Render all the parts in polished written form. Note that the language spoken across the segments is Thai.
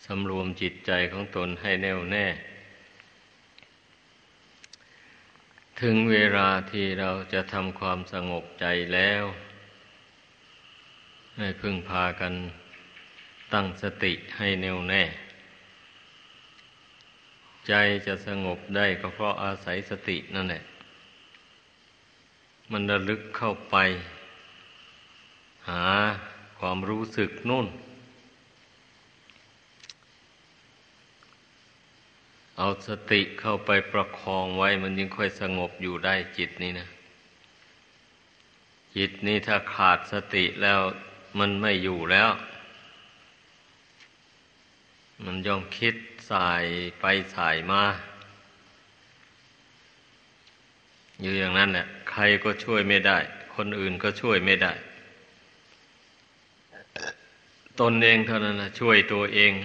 สำรวมจิตใจของตนให้แน่วแน่ถึงเวลาที่เราจะทำความสงบใจแล้วให้พึงพากันตั้งสติให้แน่วแน่ใจจะสงบได้ก็เพราะอาศัยสตินั่นแหละมันระลึกเข้าไปหาความรู้สึกนู่นเอาสติเข้าไปประคองไว้มันยิ่งค่อยสงบอยู่ได้จิตนี้นะจิตนี้ถ้าขาดสติแล้วมันไม่อยู่แล้วมันย่อมคิดสายไปสายมาอยู่อย่างนั้นแหละใครก็ช่วยไม่ได้คนอื่นก็ช่วยไม่ได้ตนเองเท่านั้นนะช่วยตัวเอง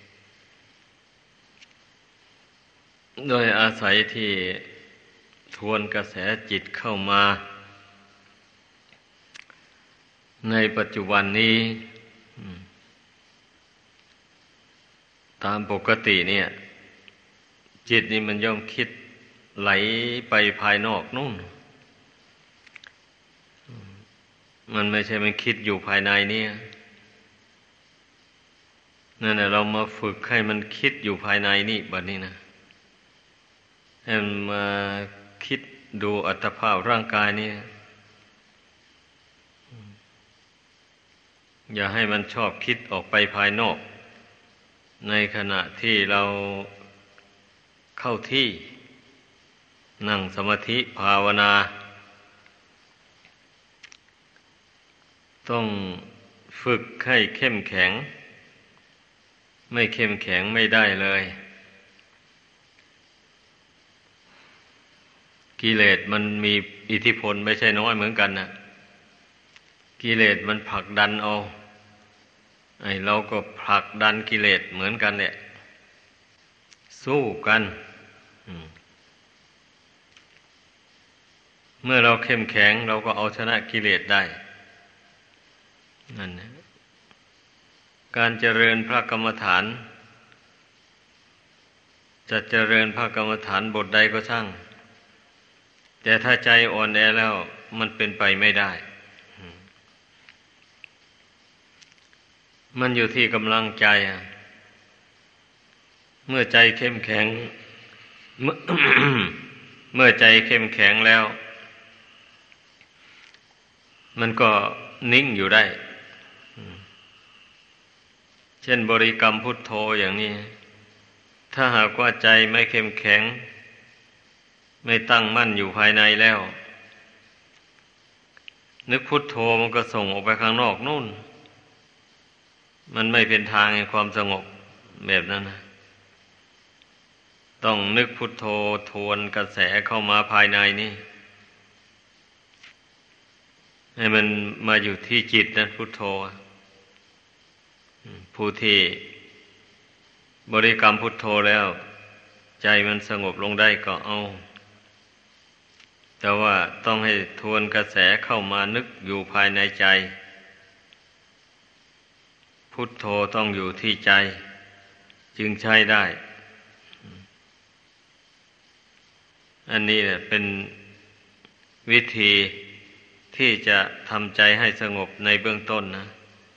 โดยอาศัยที่ทวนกระแสจิตเข้ามาในปัจจุบันนี้ตามปกติเนี่ยจิตนี่มันย่อมคิดไหลไปภายนอกนู่นมันไม่ใช่มันคิดอยู่ภายในเนี่ยนั่นแหละเรามาฝึกให้มันคิดอยู่ภายในนี่บัดนี้นะให้มันมาคิดดูอัตภาพร่างกายนี่อย่าให้มันชอบคิดออกไปภายนอกในขณะที่เราเข้าที่นั่งสมาธิภาวนาต้องฝึกให้เข้มแข็งไม่เข้มแข็งไม่ได้เลยกิเลสมันมีอิทธิพลไม่ใช่น้อยเหมือนกันนะกิเลสมันผลักดันเอาเราก็ผลักดันกิเลสเหมือนกันเนี่ยสู้กันเมื่อเราเข้มแข็งเราก็เอาชนะกิเลสได้นั่นนะการเจริญพระกรรมฐานจะเจริญพระกรรมฐานบทใดก็ช่างแต่ถ้าใจอ่อนแอแล้วมันเป็นไปไม่ได้มันอยู่ที่กำลังใจเมื่อใจเข้มแข็ง เมื่อใจเข้มแข็งแล้วมันก็นิ่งอยู่ได้เช่นบริกรรมพุทโธอย่างนี้ถ้าหากว่าใจไม่เข้มแข็งไม่ตั้งมั่นอยู่ภายในแล้วนึกพุทโธมันก็ส่งออกไปข้างนอกนู่นมันไม่เป็นทางแห่งความสงบแบบนั้นนะต้องนึกพุทโธทวนกระแสเข้ามาภายในนี่ให้มันมาอยู่ที่จิตนั้นพุทโธผู้ที่บริกรรมพุทโธแล้วใจมันสงบลงได้ก็เอาแต่ว่าต้องให้ทวนกระแสเข้ามานึกอยู่ภายในใจพุทโธต้องอยู่ที่ใจจึงใช้ได้อันนี้แหละเป็นวิธีที่จะทำใจให้สงบในเบื้องต้นนะ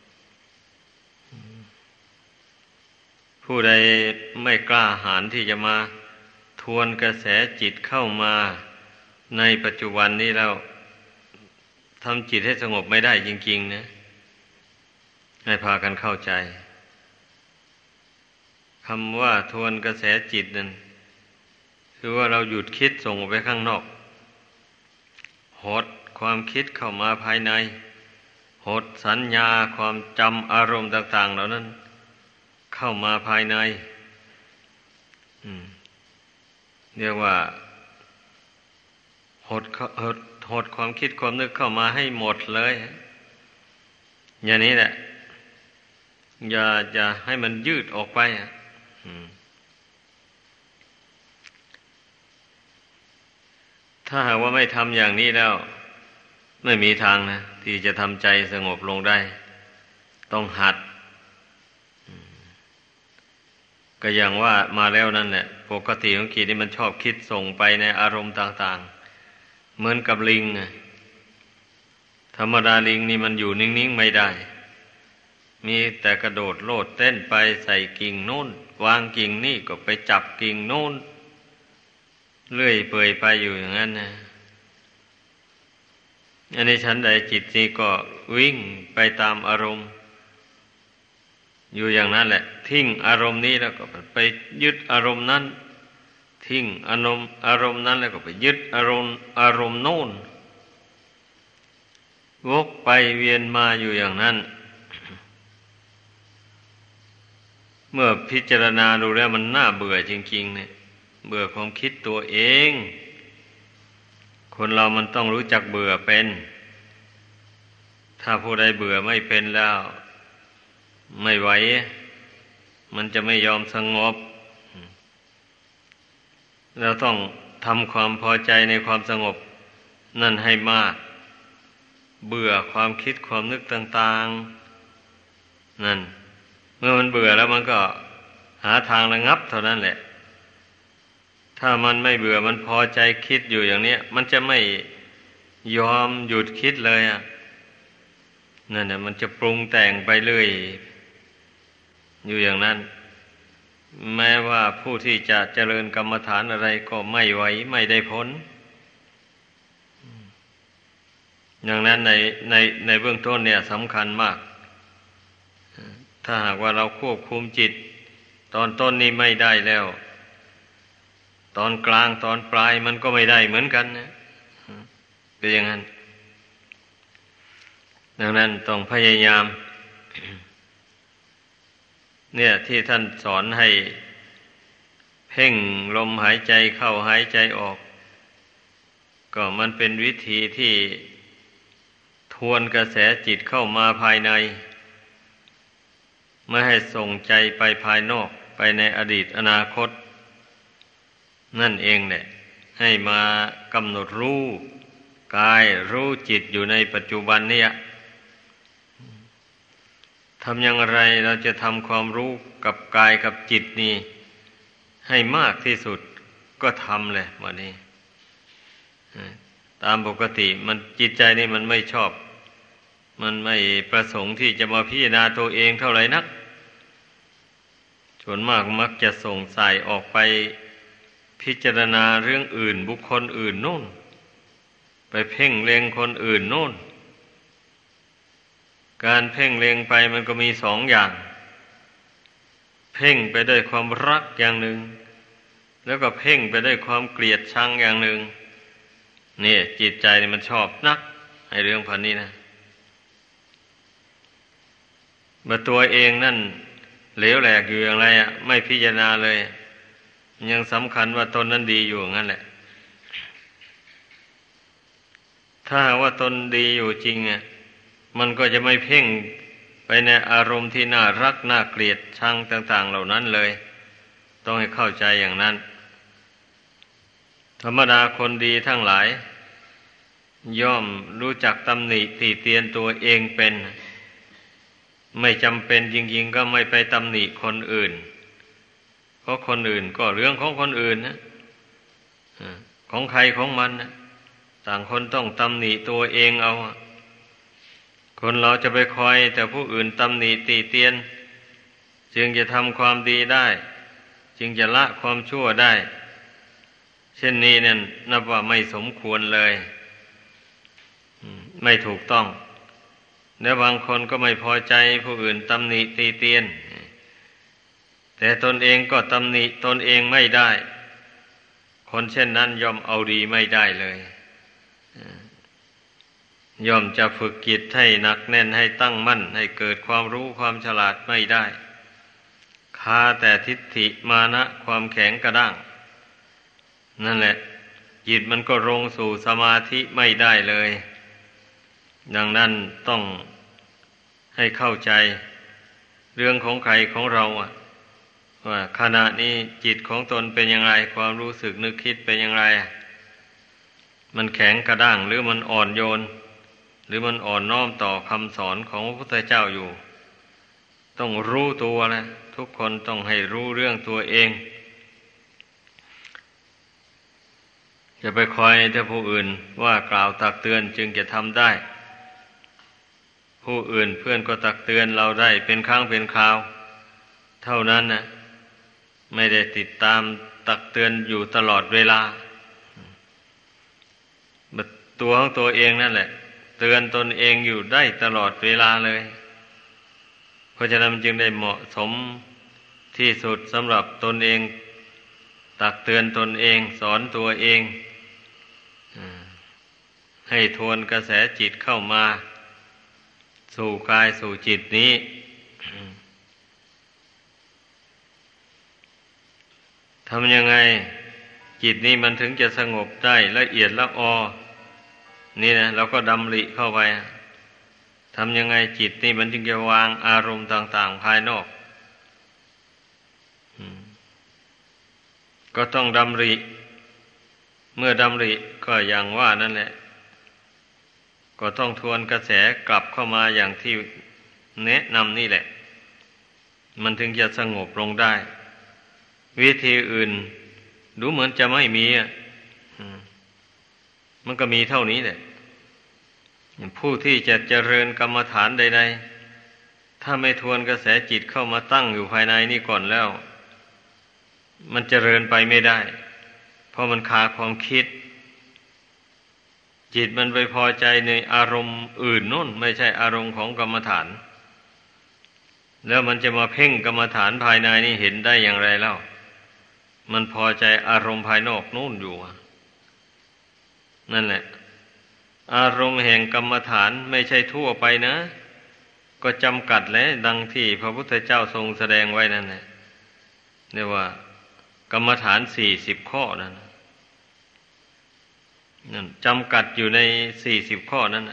ผู้ใดไม่กล้าหาญที่จะมาทวนกระแสจิตเข้ามาในปัจจุบันนี้แล้วทำจิตให้สงบไม่ได้จริงๆนะให้พากันเข้าใจคำว่าทวนกระแสจิตนั่นคือว่าเราหยุดคิดส่งออกไปข้างนอกหดความคิดเข้ามาภายในหดสัญญาความจำอารมณ์ต่างๆเหล่านั้นเข้ามาภายในเรียกว่าหดความคิดความนึกเข้ามาให้หมดเลยอย่างนี้แหละอย่าให้มันยืดออกไปถ้าหากว่าไม่ทำอย่างนี้แล้วไม่มีทางนะที่จะทำใจสงบลงได้ต้องหัดก็อย่างว่ามาแล้วนั่นแหละปกติของจิตนี่มันชอบคิดส่งไปในอารมณ์ต่างๆเหมือนกับลิงธรรมดาลิงนี่มันอยู่นิ่งๆไม่ได้มีแต่กระโดดโลดเต้นไปใส่กิ่งโน้นวางกิ่งนี่ก็ไปจับกิ่งโน้นเลื่อยเปื่อยไปอยู่อย่างนั้นนะอันนี้ชั้นใดจิตนี้ก็วิ่งไปตามอารมณ์อยู่อย่างนั้นแหละทิ้งอารมณ์นี้แล้วก็ไปยึดอารมณ์นั้นทิ้งอารมณ์นั้นแล้วก็ไปยึดอารมณ์โน้นวกไปเวียนมาอยู่อย่างนั้นเมื่อพิจารณาดูแล้วมันน่าเบื่อจริงๆเนี่ยเบื่อความคิดตัวเองคนเรามันต้องรู้จักเบื่อเป็นถ้าผู้ใดเบื่อไม่เป็นแล้วไม่ไหวมันจะไม่ยอมสงบเราต้องทำความพอใจในความสงบนั่นให้มากเบื่อความคิดความนึกต่างๆนั่นเมื่อมันเบื่อแล้วมันก็หาทางระงับเท่านั้นแหละถ้ามันไม่เบื่อมันพอใจคิดอยู่อย่างนี้มันจะไม่ยอมหยุดคิดเลยนั่นแหละมันจะปรุงแต่งไปเรื่อยอยู่อย่างนั้นแม้ว่าผู้ที่จะเจริญกรรมฐานอะไรก็ไม่ไหวไม่ได้ผลอย่างนั้นในเบื้องต้นเนี่ยสำคัญมากถ้าหากว่าเราควบคุมจิตตอนต้นนี้ไม่ได้แล้วตอนกลางตอนปลายมันก็ไม่ได้เหมือนกันนะเป็นอย่างนั้นดังนั้นต้องพยายามเนี่ยที่ท่านสอนให้เพ่งลมหายใจเข้าหายใจออกก็มันเป็นวิธีที่ทวนกระแสจิตเข้ามาภายในไม่ให้ส่งใจไปภายนอกไปในอดีตอนาคตนั่นเองแหละให้มากำหนดรู้กายรู้จิตอยู่ในปัจจุบันเนี่ยทำอย่างไรเราจะทำความรู้กับกายกับจิตนี้ให้มากที่สุดก็ทำเลยวันนี้ตามปกติมันจิตใจนี่มันไม่ชอบมันไม่ประสงค์ที่จะมาพิจารณาตัวเองเท่าไหร่นักส่วนมากมักจะส่งสายออกไปพิจารณาเรื่องอื่นบุคคลอื่นโน่นไปเพ่งเล็งคนอื่นโน่นการเพ่งเล็งไปมันก็มีสองอย่างเพ่งไปด้วยความรักอย่างหนึ่งแล้วก็เพ่งไปด้วยความเกลียดชังอย่างหนึ่งนี่จิตใจนี่มันชอบนักไอ้เรื่องพันนี้นะเมื่อตัวเองนั่นเหลวแหลกอยู่อย่างไรไม่พิจารณาเลยยังสำคัญว่าตนนั้นดีอยู่งั้นแหละถ้าว่าตนดีอยู่จริงมันก็จะไม่เพ่งไปในอารมณ์ที่น่ารักน่าเกลียดชังต่างๆเหล่านั้นเลยต้องให้เข้าใจอย่างนั้นธรรมดาคนดีทั้งหลายย่อมรู้จักตำหนิติเตียนตัวเองเป็นไม่จำเป็นจริงๆก็ไม่ไปตำหนิคนอื่นเพราะคนอื่นก็เรื่องของคนอื่นนะของใครของมันนะต่างคนต้องตำหนิตัวเองเอาคนเราจะไปคอยแต่ผู้อื่นตำหนิติเตียนจึงจะทำความดีได้จึงจะละความชั่วได้เช่นนี้เนี่ยนับว่าไม่สมควรเลยไม่ถูกต้องและบางคนก็ไม่พอใจผู้อื่นตำหนิติเตียนแต่ตนเองก็ตำหนิตนเองไม่ได้คนเช่นนั้นย่อมเอาดีไม่ได้เลยย่อมจะฝึกจิตให้หนักแน่นให้ตั้งมั่นให้เกิดความรู้ความฉลาดไม่ได้คาแต่ทิฏฐิมานะความแข็งกระด้างนั่นแหละจิตมันก็ลงสู่สมาธิไม่ได้เลยดังนั้นต้องให้เข้าใจเรื่องของใครของเราว่าขณะนี้จิตของตนเป็นอย่างไรความรู้สึกนึกคิดเป็นอย่างไรมันแข็งกระด้างหรือมันอ่อนโยนหรือมันอ่อนน้อมต่อคำสอนของพระพุทธเจ้าอยู่ต้องรู้ตัวนะทุกคนต้องให้รู้เรื่องตัวเองจะไปคอยแต่ผู้อื่นว่ากล่าวตักเตือนจึงจะทำได้ผู้อื่นเพื่อนก็ตักเตือนเราได้เป็นครั้งเป็นคราวเท่านั้นนะไม่ได้ติดตามตักเตือนอยู่ตลอดเวลาตัวของตัวเองนั่นแหละเตือนตนเองอยู่ได้ตลอดเวลาเลยเพราะฉะนั้นมันจึงได้เหมาะสมที่สุดสำหรับตนเองตักเตือนตนเองสอนตัวเองให้ทวนกระแสจิตเข้ามาสู่กายสู่จิตนี้ทำยังไงจิตนี้มันถึงจะสงบได้ละเอียดละออนี่นะเราก็ดำริเข้าไปทำยังไงจิตนี่มันจึงจะวางอารมณ์ต่างๆภายนอกก็ต้องดำริเมื่อดำริก็อย่างว่านั่นแหละก็ต้องทวนกระแสกลับเข้ามาอย่างที่แนะนำนี่แหละมันถึงจะสงบลงได้วิธีอื่นดูเหมือนจะไม่มีมันก็มีเท่านี้แหละผู้ที่จะเจริญกรรมฐานใดๆถ้าไม่ทวนกระแสจิตเข้ามาตั้งอยู่ภายในนี่ก่อนแล้วมันเจริญไปไม่ได้เพราะมันขาดความคิดจิตมันไปพอใจในอารมณ์อื่นนู่นไม่ใช่อารมณ์ของกรรมฐานแล้วมันจะมาเพ่งกรรมฐานภายในนี่เห็นได้อย่างไรเล่ามันพอใจอารมณ์ภายนอกนู่นอยู่นั่นแหละอารมณ์แห่งกรรมฐานไม่ใช่ทั่วไปนะก็จำกัดแล้วดังที่พระพุทธเจ้าทรงแสดงไว้นั่นแหละเรียกว่ากรรมฐาน40ข้อนั่นจำกัดอยู่ใน40ข้อนั้น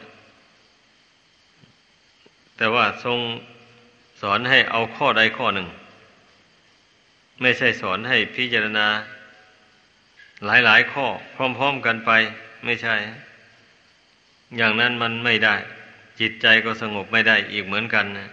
แต่ว่าทรงสอนให้เอาข้อใดข้อหนึ่งไม่ใช่สอนให้พิจารณาหลายๆข้อพร้อมๆกันไปไม่ใช่อย่างนั้นมันไม่ได้จิตใจก็สงบไม่ได้อีกเหมือนกันนะ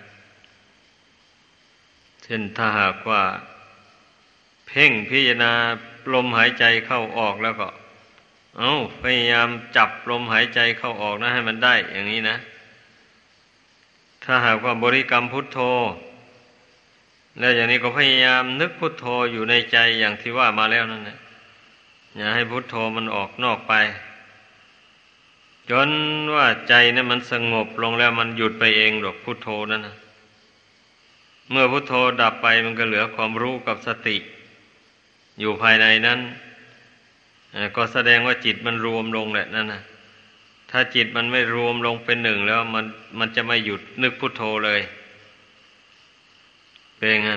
เช่นถ้าหากว่าเพ่งพิจารณาลมหายใจเข้าออกแล้วก็พยายามจับลมหายใจเข้าออกนะให้มันได้อย่างนี้นะถ้าหากว่าบริกรรมพุทโธแล้วอย่างนี้ก็พยายามนึกพุทโธอยู่ในใจอย่างที่ว่ามาแล้วนั่นแหละอย่าให้พุทโธมันออกนอกไปจนว่าใจนั้นมันสงบลงแล้วมันหยุดไปเองหรอกพุทโธนั่นนะเมื่อพุทโธดับไปมันก็เหลือความรู้กับสติอยู่ภายในนั้นก็แสดงว่าจิตมันรวมลงแหละนั่นนะถ้าจิตมันไม่รวมลงเป็นหนึ่งแล้วมันจะไม่หยุดนึกพุทโธเลยเป็นงั้น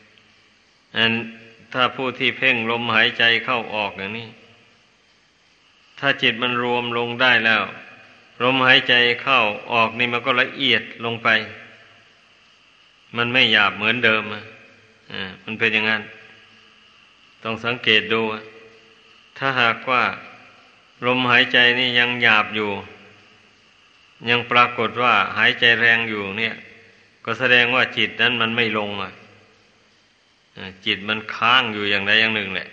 ถ้าผู้ที่เพ่งลมหายใจเข้าออกอย่างนี้ถ้าจิตมันรวมลงได้แล้วลมหายใจเข้าออกนี่มันก็ละเอียดลงไปมันไม่หยาบเหมือนเดิมมันเป็นอย่างนั้นต้องสังเกตดูถ้าหากว่าลมหายใจนี่ยังหยาบอยู่ยังปรากฏว่าหายใจแรงอยู่เนี่ยก็แสดงว่าจิตนั้นมันไม่ลงจิตมันค้างอยู่อย่างใดอย่างหนึ่งแหละ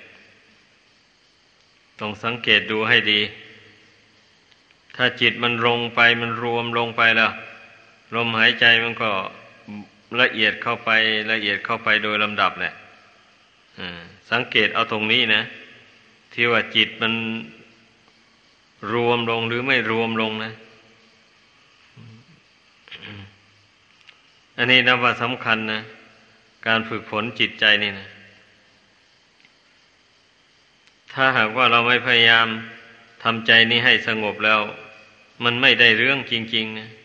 ต้องสังเกตดูให้ดีถ้าจิตมันลงไปมันรวมลงไปแล้วลมหายใจมันก็ละเอียดเข้าไปละเอียดเข้าไปโดยลำดับแหละสังเกตเอาตรงนี้นะที่ว่าจิตมันรวมลงหรือไม่รวมลงนะอันนี้นับว่าสำคัญนะการฝึกฝนจิตใจนี่นะถ้าหากว่าเราไม่พยายามทำใจนี้ให้สงบแล้วมันไม่ได้เรื่องจริงๆนะ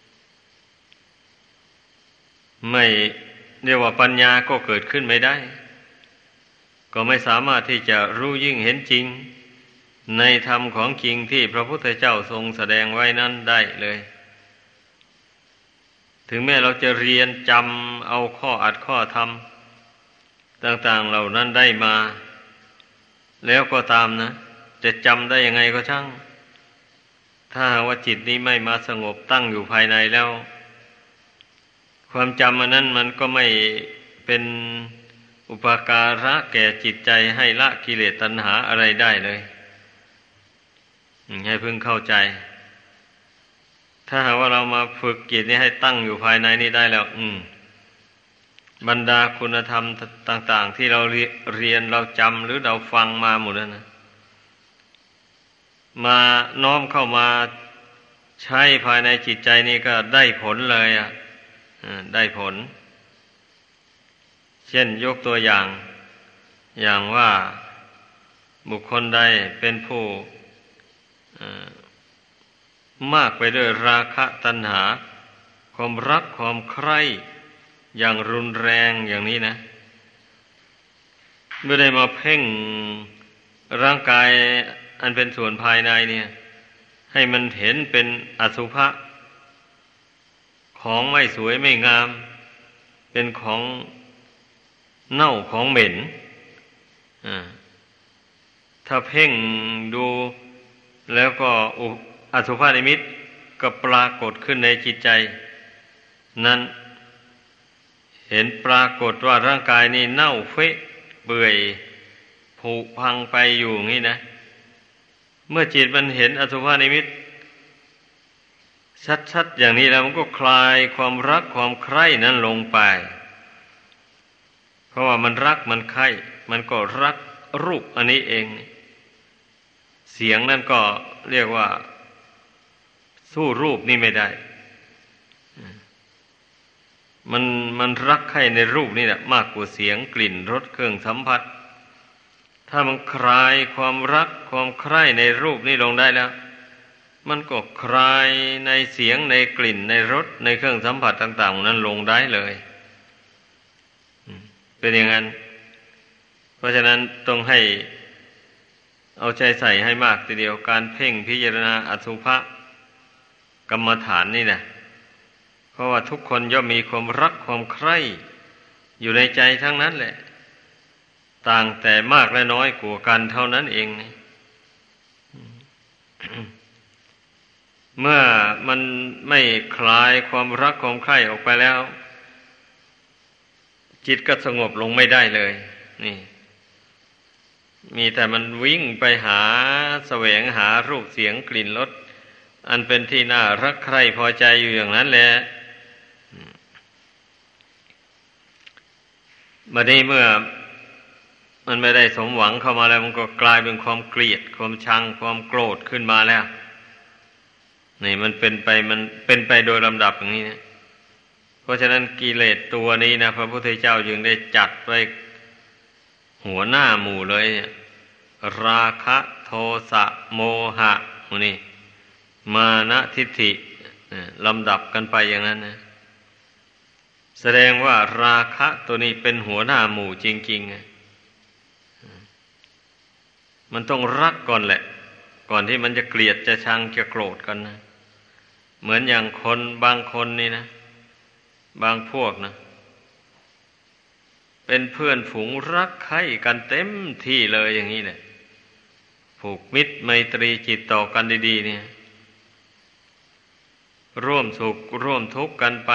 ไม่เรียกว่าปัญญาก็เกิดขึ้นไม่ได้ก็ไม่สามารถที่จะรู้ยิ่งเห็นจริงในธรรมของจริงที่พระพุทธเจ้าทรงแสดงไว้นั้นได้เลยถึงแม้เราจะเรียนจำเอาข้ออัดข้อธรรมต่างๆเหล่านั้นได้มาแล้วก็ตามนะจะจำได้ยังไงก็ช่างถ้าว่าจิตนี้ไม่มาสงบตั้งอยู่ภายในแล้วคความจำอันนั้นมันก็ไม่เป็นอุปการะแก่จิตใจให้ละกิเลสตัณหาอะไรได้เลยให้พึงเข้าใจถ้าหากว่าเรามาฝึกจิตนี้ให้ตั้งอยู่ภายในนี้ได้แล้วบรรดาคุณธรรมต่างๆที่เราเรียนเราจำหรือเราฟังมาหมดแล้วนะมาน้อมเข้ามาใช้ภายในจิตใจนี้ก็ได้ผลเลยได้ผลเช่นยกตัวอย่างว่าบุคคลใดเป็นผู้มากไปด้วยราคะตัณหาความรักความใคร่อย่างรุนแรงอย่างนี้นะเมื่อได้มาเพ่งร่างกายอันเป็นส่วนภายในเนี่ยให้มันเห็นเป็นอสุภะของไม่สวยไม่งามเป็นของเน่าของเหม็นถ้าเพ่งดูแล้วก็อสุภนิมิตก็ปรากฏขึ้นในจิตใจนั้นเห็นปรากฏว่าร่างกายนี้เน่าเฟะเปื่อยผุพังไปอยู่อย่างนี้นะเมื่อจิตมันเห็นอสุภนิมิตชัดๆอย่างนี้แล้วมันก็คลายความรักความใคร่นั้นลงไปเพราะว่ามันรักมันใคร่มันก็รักรูปอันนี้เองเสียงนั่นก็เรียกว่าสู้รูปนี่ไม่ได้มันรักใคร่ในรูปนี่แหละมากกว่าเสียงกลิ่นรสเครื่องสัมผัสถ้ามันคลายความรักความใคร่ในรูปนี่ลงได้แล้วมันก็คลายในเสียงในกลิ่นในรสในเครื่องสัมผัสต่างๆนั้นลงได้เลยเป็นอย่างนั้นเพราะฉะนั้นต้องให้เอาใจใส่ให้มากทีเดียวการเพ่งพิจารณาอสุภกรรมฐานนี่นะเพราะว่าทุกคนย่อมมีความรักความใคร่อยู่ในใจทั้งนั้นแหละต่างแต่มากและน้อยกว่ากันเท่านั้นเองเมื่อมันไม่คลายความรักความใคร่ออกไปแล้วจิตก็สงบลงไม่ได้เลยนี่มีแต่มันวิ่งไปหาแสวงหารูปเสียงกลิ่นรสอันเป็นที่น่ารักใคร่พอใจอยู่อย่างนั้นแหละบัดนี้เมื่อมันไม่ได้สมหวังเข้ามาแล้วมันก็กลายเป็นความเกลียดความชังความโกรธขึ้นมาแล้วนี่มันเป็นไปโดยลำดับอย่างนี้นะเพราะฉะนั้นกิเลสตัวนี้นะพระพุทธเจ้าจึงได้จัดไว้หัวหน้าหมู่เลยราคะโทสะโมหะนี่มานะทิฏฐิลำดับกันไปอย่างนั้นนะแสดงว่าราคะตัวนี้เป็นหัวหน้าหมู่จริงๆมันต้องรักก่อนแหละก่อนที่มันจะเกลียดจะชังจะโกรธกันนะเหมือนอย่างคนบางคนนี่นะบางพวกนะเป็นเพื่อนฝูงรักใคร่กันเต็มที่เลยอย่างนี้แหละผูกมิตรไมตรีจิตต่อกันดีๆเนี่ยร่วมสุขร่วมทุกข์กันไป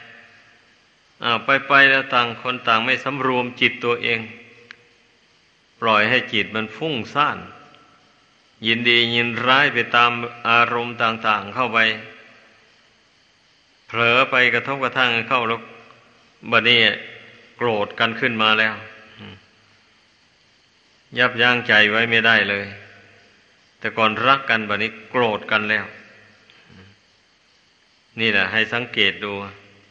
ไปแล้วต่างคนต่างไม่สำรวมจิตตัวเองปล่อยให้จิตมันฟุ้งซ่านยินดียินร้ายไปตามอารมณ์ต่างๆเข้าไปเผลอไปกระทบกระทั่งเข้าแล้วบัดนี้โกรธกันขึ้นมาแล้วยับยั้งใจไว้ไม่ได้เลยแต่ก่อนรักกันบัดนี้โกรธกันแล้วนี่แหละให้สังเกตดู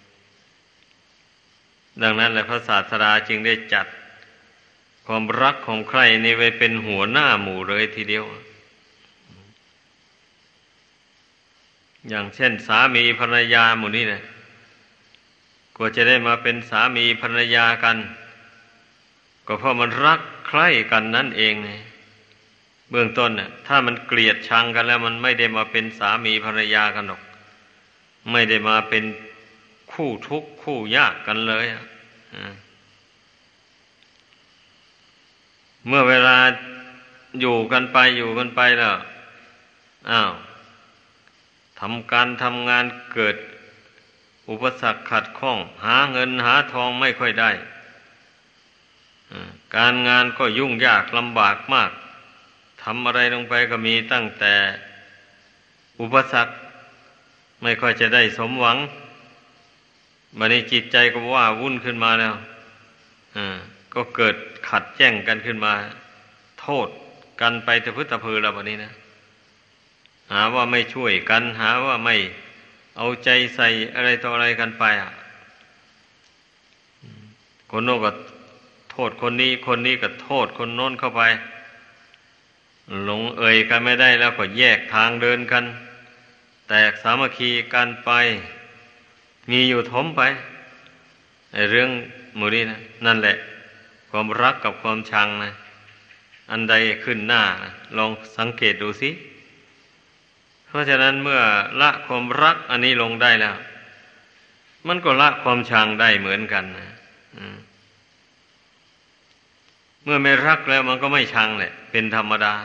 ดังนั้นแหละพระศาสดาจึงได้จัดความรักของใครนี่ไว้เป็นหัวหน้าหมู่เลยทีเดียวอย่างเช่นสามีภรรยาหมู่นี้นะกว่าจะได้มาเป็นสามีภรรยากันก็เพราะมันรักใคร่กันนั่นเองไงเบื้องต้นน่ะถ้ามันเกลียดชังกันแล้วมันไม่ได้มาเป็นสามีภรรยากันหรอกไม่ได้มาเป็นคู่ทุกข์คู่ยากกันเลยเมื่อเวลาอยู่กันไปแล้วทำงานเกิดอุปสรรคขัดข้องหาเงินหาทองไม่ค่อยได้การงานก็ยุ่งยากลำบากมากทำอะไรลงไปก็มีตั้งแต่อุปสรรคไม่ค่อยจะได้สมหวังบัดนี้จิตใจก็ว่าวุ่นขึ้นมาแล้วก็เกิดขัดแย้งกันขึ้นมาโทษกันไปตะพึดตะพือแล้วบัดนี้นะหาว่าไม่ช่วยกันหาว่าไม่เอาใจใส่อะไรต่ออะไรกันไปคนโน้นก็โทษคนนี้คนนี้ก็โทษคนโน้นเข้าไปลงเอ่ยกันไม่ได้แล้วก็แยกทางเดินกันแตกสามัคคีกันไปมีอยู่ทมไปไอ้เรื่องหมู่นี้นะนั่นแหละความรักกับความชังนะอันใดขึ้นหน้านะลองสังเกตดูสิเพราะฉะนั้นเมื่อละความรักอันนี้ลงได้แล้วมันก็ละความชังได้เหมือนกันนะเมื่อไม่รักแล้วมันก็ไม่ชังแหละเป็นธรรมดา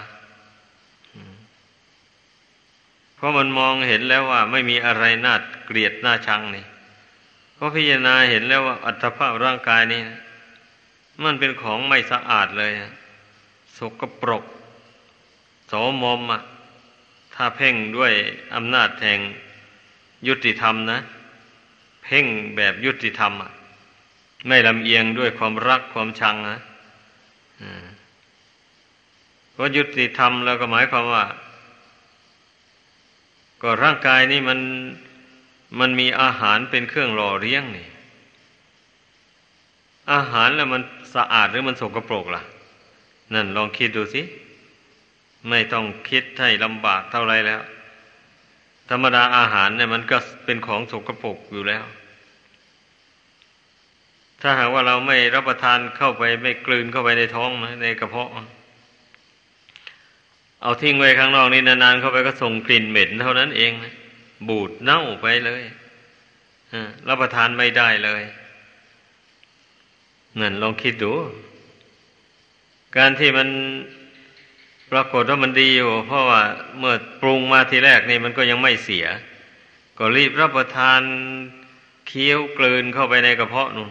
เพราะมันมองเห็นแล้วว่าไม่มีอะไรน่าเกลียดน่าชังนี่เพราะพิจารณาเห็นแล้วว่าอัตภาพร่างกายนี้นะมันเป็นของไม่สะอาดเลยสกปรกโสมมถ้าเพ่งด้วยอำนาจแห่งยุติธรรมนะเพ่งแบบยุติธรรมไม่ลำเอียงด้วยความรักความชังนะเพราะยุติธรรมแล้วก็หมายความว่าก็ร่างกายนี้มันมีอาหารเป็นเครื่องหล่อเลี้ยงนี่อาหารแล้วมันสะอาดหรือมันสกปรกล่ะนั่นลองคิดดูสิไม่ต้องคิดให้ลำบากเท่าไรแล้วธรรมดาอาหารเนี่ยมันก็เป็นของสกปรกอยู่แล้วถ้าหากว่าเราไม่รับประทานเข้าไปไม่กลืนเข้าไปในท้องในกระเพาะเอาทิ้งไว้ข้างนอกนี่นานๆเข้าไปก็ส่งกลิ่นเหม็นเท่านั้นเองบูดเน่าไปเลยรับประทานไม่ได้เลยนั่นลองคิดดูการที่มันปรากฏว่ามันดีอยู่เพราะว่าเมื่อปรุงมาทีแรกนี่มันก็ยังไม่เสียก็รีบรับประทานเคี้ยวกลืนเข้าไปในกระเพาะนู่น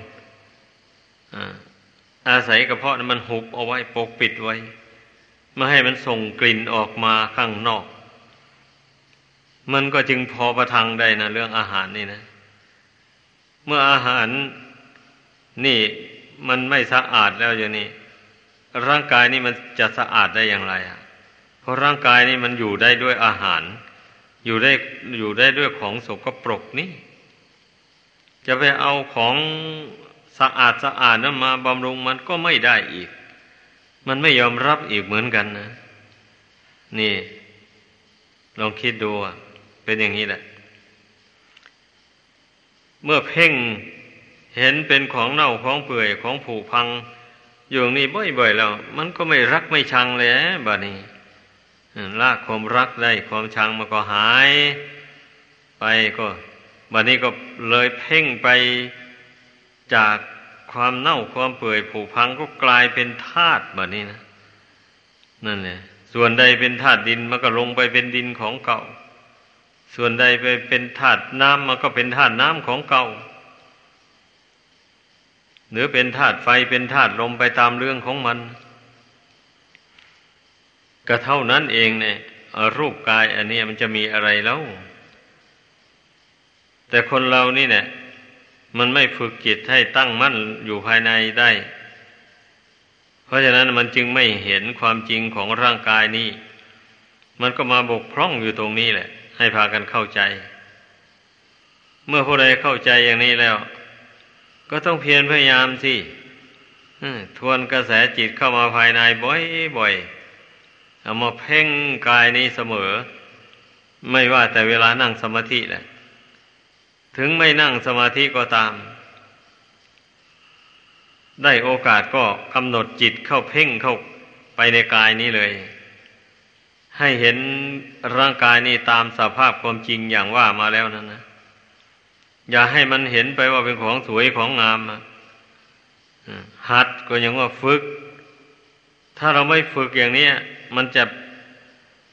อาศัยกระเพาะนั้นมันหุบเอาไว้ปกปิดไว้ไม่ให้มันส่งกลิ่นออกมาข้างนอกมันก็จึงพอประทังได้นะเรื่องอาหารนี่นะเมื่ออาหารนี่มันไม่สะอาดแล้วอย่างนี้ร่างกายนี่มันจะสะอาดได้อย่างไรเพราะร่างกายนี่มันอยู่ได้ด้วยอาหารอยู่ได้ด้วยของสกปรกนี่จะไปเอาของสะอาดนั้นมาบำรุงมันก็ไม่ได้อีกมันไม่ยอมรับอีกเหมือนกันนะนี่ลองคิดดูเป็นอย่างนี้แหละเมื่อเพ่งเห็นเป็นของเน่าของเปื่อยของผุพังอยู่นี่บ่อยๆแล้วมันก็ไม่รักไม่ชังเลยบัดนี้ละความรักได้ความชังมันก็หายไปก็บัดนี้ก็เลยเพ่งไปจากความเน่าความเปื่อยผุพังก็กลายเป็นธาตุบัดนี้นะนั่นแหละส่วนใดเป็นธาตุดินมันก็ลงไปเป็นดินของเก่าส่วนใดไปเป็นธาตุน้ำมันก็เป็นธาตุน้ำของเก่าหรือเป็นธาตุไฟเป็นธาตุลมไปตามเรื่องของมันก็เท่านั้นเองเนี่ยรูปกายอันนี้มันจะมีอะไรแล้วแต่คนเรานี่เนี่ยมันไม่ฝึกจิตให้ตั้งมั่นอยู่ภายในได้เพราะฉะนั้นมันจึงไม่เห็นความจริงของร่างกายนี้มันก็มาบกพร่องอยู่ตรงนี้แหละให้พากันเข้าใจเมื่อผู้ใดเข้าใจอย่างนี้แล้วก็ต้องเพียรพยายามสิทวนกระแสจิตเข้ามาภายในบ่อยๆเอามาเพ่งกายนี้เสมอไม่ว่าแต่เวลานั่งสมาธิแหละถึงไม่นั่งสมาธิก็ตามได้โอกาสก็กำหนดจิตเข้าเพ่งเข้าไปในกายนี้เลยให้เห็นร่างกายนี้ตามสภาพความจริงอย่างว่ามาแล้วนั่นนะอย่าให้มันเห็นไปว่าเป็นของสวยของงามหัดก็ยังว่าฝึกถ้าเราไม่ฝึกอย่างนี้มันจะ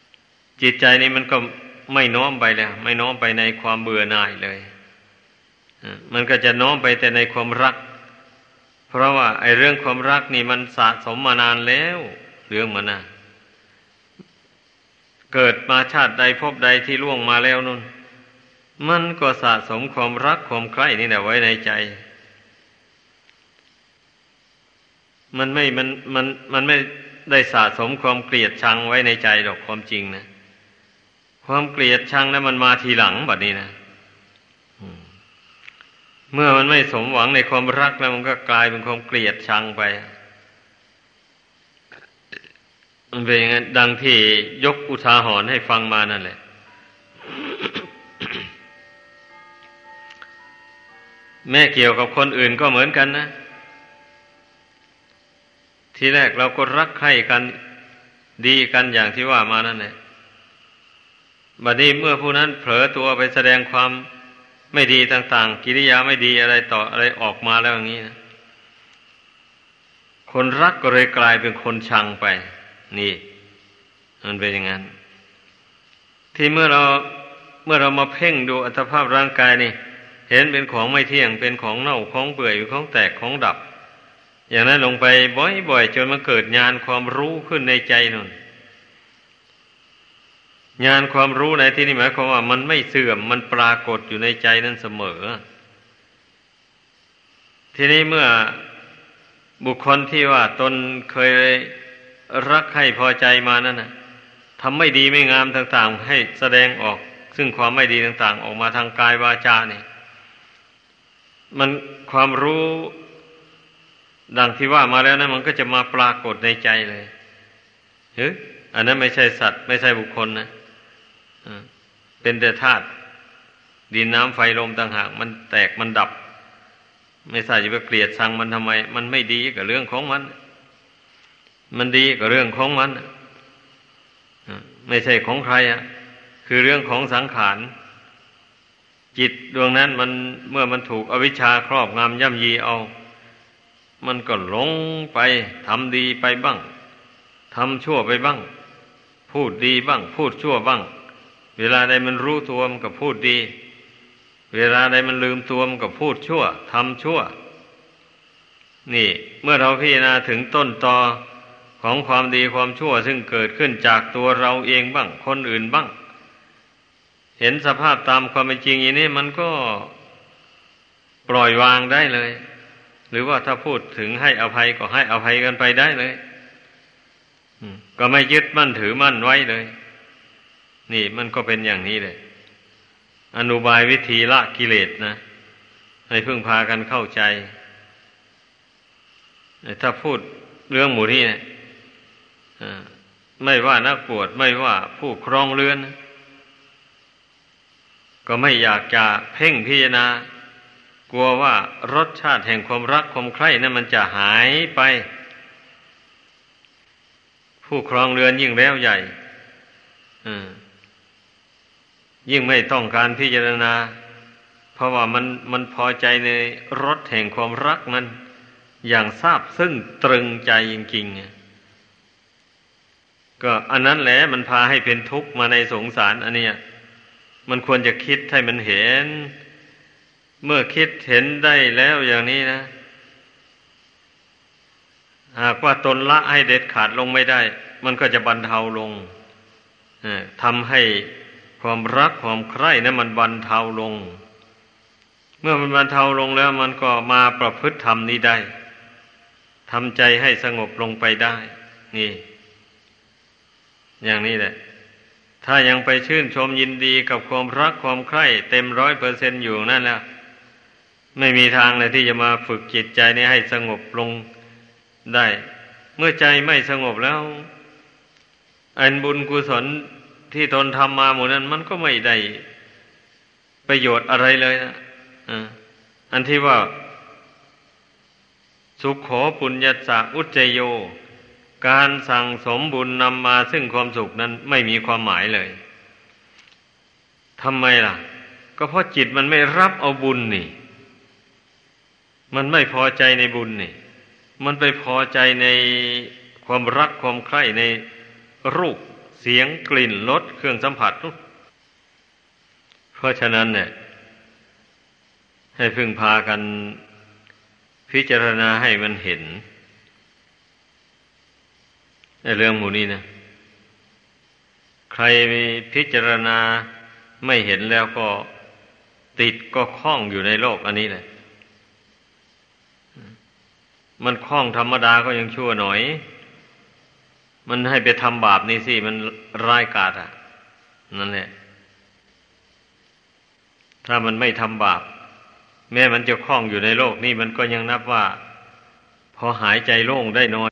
จิตใจนี้มันก็ไม่น้อมไปแล้วไม่น้อมไปในความเบื่อหน่ายเลยมันก็จะน้อมไปแต่ในความรักเพราะว่าไอ้เรื่องความรักนี่มันสะสมมานานแล้วเรื่องมันนะเกิดมาชาติใดภพใดที่ล่วงมาแล้วนู่นมันก็สะสมความรักความใคร่นี่แหละไว้ในใจมันไม่ได้สะสมความเกลียดชังไว้ในใจหรอกความจริงนะความเกลียดชังนั้นมันมาทีหลังบัดนี้นะเมื่อมันไม่สมหวังในความรักแล้วมันก็กลายเป็นความเกลียดชังไปมันเป็นอย่างนั้นดังที่ยกอุทาหรณ์ให้ฟังมานั่นแหละ แม่เกี่ยวกับคนอื่นก็เหมือนกันนะทีแรกเราก็รักใคร่กันดีกันอย่างที่ว่ามานั่นแหละบัดนี้เมื่อผู้นั้นเผลอตัวไปแสดงความไม่ดีต่างๆกิริยาไม่ดีอะไรต่ออะไรออกมาแล้วอย่างนี้นะคนรักก็เลยกลายเป็นคนชังไปนี่มันเป็นอย่างนั้นที่เมื่อเรามาเพ่งดูอัตภาพร่างกายนี่เห็นเป็นของไม่เที่ยงเป็นของเน่าของเปื่อยของแตกของดับอย่างนั้นลงไปบ่อยๆจนมันเกิดญาณความรู้ขึ้นในใจนั่นญาณความรู้ในที่นี้หมายความว่ามันไม่เสื่อมมันปรากฏอยู่ในใจนั่นเสมอทีนี้เมื่อบุคคลที่ว่าตนเคยรักให้พอใจมานั่นน่ะทำไม่ดีไม่งามต่างๆให้แสดงออกซึ่งความไม่ดีต่างๆออกมาทางกายวาจาเนี่ยมันความรู้ดังที่ว่ามาแล้วนะมันก็จะมาปรากฏในใจเลยอันนั้นไม่ใช่สัตว์ไม่ใช่บุคคลนะเป็นแต่ธาตุดินน้ำไฟลมต่างหากมันแตกมันดับไม่ใช่จะไปเกลียดชังมันทำไมมันไม่ดีกับเรื่องของมันดีกับเรื่องของมันไม่ใช่ของใครคือเรื่องของสังขารจิตดวงนั้นมันเมื่อมันถูกอวิชชาครอบงำย่ำยีเอามันก็หลงไปทำดีไปบ้างทำชั่วไปบ้างพูดดีบ้างพูดชั่วบ้างเวลาใดมันรู้ตัวมันก็พูดดีเวลาใดมันลืมตัวมันก็พูดชั่วทำชั่วนี่เมื่อเราพิจารณาถึงต้นตอของความดีความชั่วซึ่งเกิดขึ้นจากตัวเราเองบ้างคนอื่นบ้างเห็นสภาพตามความเป็นจริงอย่างนี้มันก็ปล่อยวางได้เลยหรือว่าถ้าพูดถึงให้อภัยก็ให้อภัยกันไปได้เลยก็ไม่ยึดมั่นถือมั่นไว้เลยนี่มันก็เป็นอย่างนี้เลยอนุบายวิธีละกิเลสนะให้พึ่งพากันเข้าใจถ้าพูดเรื่องหมู่นี้เนี่ยไม่ว่านักบวชไม่ว่าผู้ครองเรือนก็ไม่อยากจะเพ่งพิจารณากลัวว่ารสชาติแห่งความรักความใคร่นั้นมันจะหายไปผู้ครองเรือนยิ่งแล้วใหญ่ยิ่งไม่ต้องการพิจารณาเพราะว่ามันพอใจในรสแห่งความรักนั้นอย่างซาบซึ้งตรึงใจจริงๆก็อันนั้นแหละมันพาให้เป็นทุกข์มาในสงสารอันเนี้ยมันควรจะคิดให้มันเห็นเมื่อคิดเห็นได้แล้วอย่างนี้นะหากว่าตนละให้เด็ดขาดลงไม่ได้มันก็จะบรรเทาลงทำให้ความรักความใคร่นั้นมันบรรเทาลงเมื่อมันบรรเทาลงแล้วมันก็มาประพฤติธรรมนี้ได้ทำใจให้สงบลงไปได้นี่อย่างนี้แหละถ้ายังไปชื่นชมยินดีกับความรักความใคร่เต็ม100%อยู่นั่นแล้วไม่มีทางเลยที่จะมาฝึกจิตใจนี้ให้สงบลงได้เมื่อใจไม่สงบแล้วอันบุญกุศลที่ตนทำมาหมดนั้นมันก็ไม่ได้ประโยชน์อะไรเลยนะอันที่ว่าสุขโขปุญญัสสะอุจจโยการสั่งสมบุญนำมาซึ่งความสุขนั้นไม่มีความหมายเลยทำไมล่ะก็เพราะจิตมันไม่รับเอาบุญนี่มันไม่พอใจในบุญนี่มันไปพอใจในความรักความใคร่ในรูปเสียงกลิ่นรสเครื่องสัมผัสเพราะฉะนั้นเนี่ยใให้พึ่งพากันพิจารณาให้มันเห็นในเรื่องหมู่นี้นะใครมีพิจารณาไม่เห็นแล้วก็ติดก็คล้องอยู่ในโลกอันนี้แหละมันคล้องธรรมดาก็ยังชั่วหน่อยมันให้ไปทำบาปนี่สิมันร้ายกาจอ่ะนั่นแหละถ้ามันไม่ทำบาปแม้มันจะคล้องอยู่ในโลกนี่มันก็ยังนับว่าพอหายใจโล่งได้หน่อย